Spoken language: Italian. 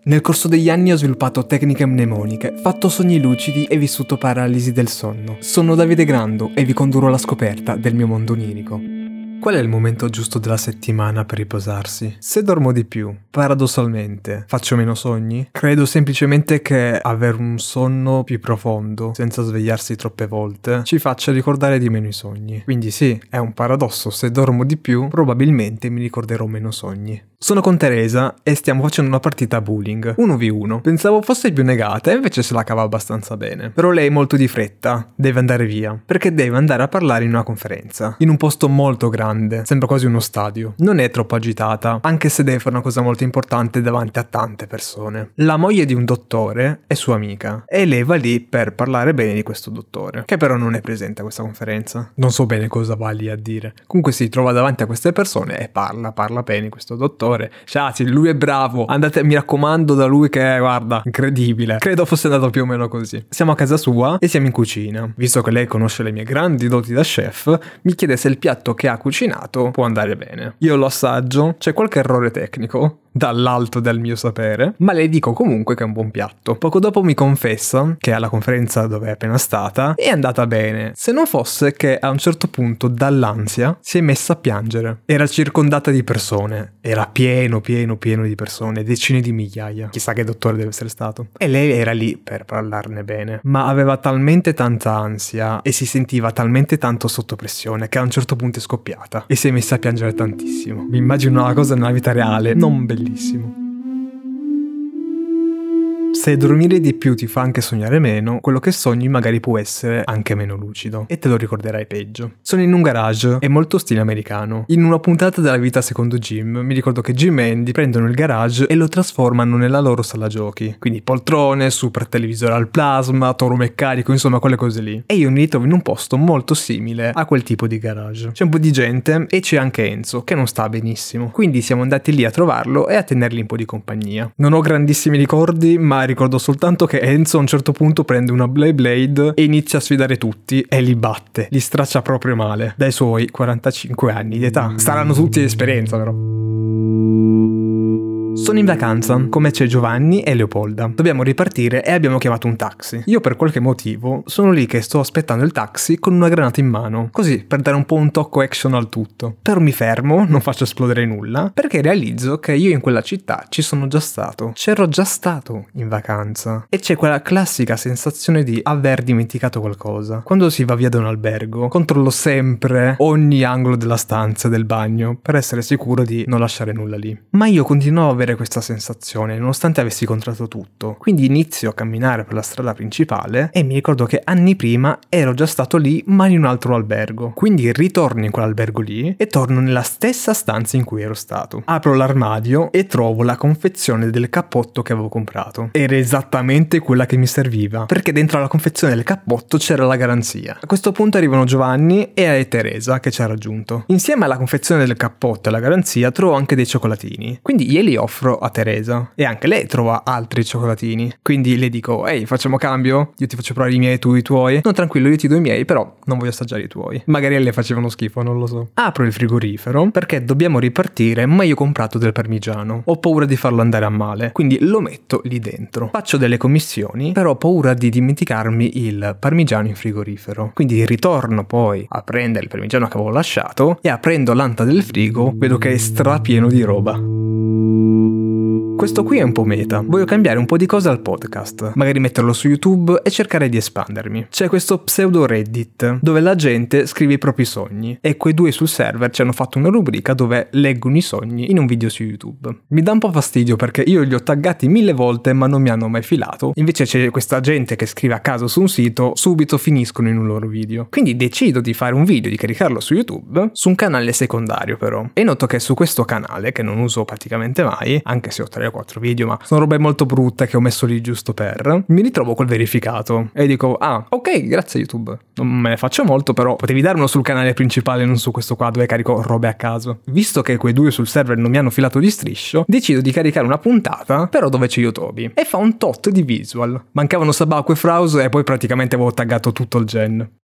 Nel corso degli anni ho sviluppato tecniche mnemoniche, fatto sogni lucidi e vissuto paralisi del sonno. Sono Davide Grando e vi condurrò alla scoperta del mio mondo onirico. Qual è il momento giusto della settimana per riposarsi? Se dormo di più, paradossalmente, faccio meno sogni? Credo semplicemente che avere un sonno più profondo, senza svegliarsi troppe volte, ci faccia ricordare di meno i sogni. Quindi sì, è un paradosso, se dormo di più, probabilmente mi ricorderò meno sogni. Sono con Teresa e stiamo facendo una partita a bowling, 1v1. Pensavo fosse più negata e invece se la cava abbastanza bene. Però lei è molto di fretta, deve andare via, perché deve andare a parlare in una conferenza, in un posto molto grande, sembra quasi uno stadio. Non è troppo agitata, anche se deve fare una cosa molto importante davanti a tante persone. La moglie di un dottore è sua amica e lei va lì per parlare bene di questo dottore, che però non è presente a questa conferenza. Non so bene cosa va lì a dire. Comunque si trova davanti a queste persone e parla bene di questo dottore. Cioè, sì, lui è bravo, andate, mi raccomando, da lui che guarda, incredibile. Credo fosse andato più o meno così. Siamo a casa sua e siamo in cucina. Visto che lei conosce le mie grandi doti da chef, mi chiede se il piatto che ha cucinato può andare bene. Io lo assaggio, c'è qualche errore tecnico dall'alto del mio sapere, ma le dico comunque che è un buon piatto. Poco dopo mi confessa che alla conferenza dove è appena stata è andata bene, se non fosse che a un certo punto dall'ansia si è messa a piangere. Era circondata di persone, era pieno di persone, decine di migliaia, chissà che dottore deve essere stato, e lei era lì per parlarne bene, ma aveva talmente tanta ansia e si sentiva talmente tanto sotto pressione che a un certo punto è scoppiata e si è messa a piangere tantissimo. Mi immagino una cosa nella vita reale, non bellissima. Se dormire di più ti fa anche sognare meno, quello che sogni magari può essere anche meno lucido e te lo ricorderai peggio. Sono in un garage, è molto stile americano. In una puntata della vita secondo Jim, mi ricordo che Jim e Andy prendono il garage e lo trasformano nella loro sala giochi. Quindi poltrone, super televisore al plasma, toro meccanico, insomma quelle cose lì. E io mi ritrovo in un posto molto simile a quel tipo di garage. C'è un po' di gente e c'è anche Enzo, che non sta benissimo. Quindi siamo andati lì a trovarlo e a tenergli un po' di compagnia. Non ho grandissimi ricordi, ma ricordo soltanto che Enzo a un certo punto prende una Blade e inizia a sfidare tutti e li batte, li straccia proprio male, dai suoi 45 anni di età. Saranno tutti di esperienza però. Sono in vacanza, come c'è Giovanni e Leopolda. Dobbiamo ripartire e abbiamo chiamato un taxi. Io per qualche motivo sono lì che sto aspettando il taxi con una granata in mano, così per dare un po' un tocco action al tutto. Però mi fermo, non faccio esplodere nulla, perché realizzo che io in quella città ci sono già stato. C'ero già stato in vacanza. E c'è quella classica sensazione di aver dimenticato qualcosa. Quando si va via da un albergo, controllo sempre ogni angolo della stanza e del bagno per essere sicuro di non lasciare nulla lì. Ma io continuo a avere questa sensazione nonostante avessi controllato tutto, quindi inizio a camminare per la strada principale e mi ricordo che anni prima ero già stato lì ma in un altro albergo, quindi ritorno in quell'albergo lì e torno nella stessa stanza in cui ero stato. Apro l'armadio e trovo la confezione del cappotto che avevo comprato. Era esattamente quella che mi serviva, perché dentro alla confezione del cappotto c'era la garanzia. A questo punto arrivano Giovanni e Teresa che ci ha raggiunto. Insieme alla confezione del cappotto e alla garanzia trovo anche dei cioccolatini, quindi glieli offro a Teresa e anche lei trova altri cioccolatini, quindi le dico: ehi, facciamo cambio? Io ti faccio provare i miei e tu i tuoi? No, tranquillo, io ti do i miei, però non voglio assaggiare i tuoi. Magari a lei facevano schifo, non lo so. Apro il frigorifero perché dobbiamo ripartire, ma io ho comprato del parmigiano, ho paura di farlo andare a male, quindi lo metto lì dentro. Faccio delle commissioni, però ho paura di dimenticarmi il parmigiano in frigorifero, quindi ritorno poi a prendere il parmigiano che avevo lasciato e aprendo l'anta del frigo vedo che è strapieno di roba. Questo qui è un po' meta. Voglio cambiare un po' di cose al podcast, magari metterlo su YouTube e cercare di espandermi. C'è questo pseudo Reddit dove la gente scrive i propri sogni e quei due sul server ci hanno fatto una rubrica dove leggono i sogni in un video su YouTube. Mi dà un po' fastidio perché io li ho taggati 1000 volte ma non mi hanno mai filato. Invece c'è questa gente che scrive a caso su un sito, subito finiscono in un loro video. Quindi decido di fare un video, di caricarlo su YouTube, su un canale secondario però. E noto che su questo canale, che non uso praticamente mai, anche se ho 3 o 4 video, ma sono robe molto brutte che ho messo lì giusto per, mi ritrovo col verificato e dico: ah, ok, grazie YouTube. Non me ne faccio molto, però potevi darmelo sul canale principale, non su questo qua dove carico robe a caso. Visto che quei due sul server non mi hanno filato di striscio, decido di caricare una puntata però dove c'è Yotobi e fa un tot di visual. Mancavano Sabaku e Frause e poi praticamente avevo taggato tutto il gen.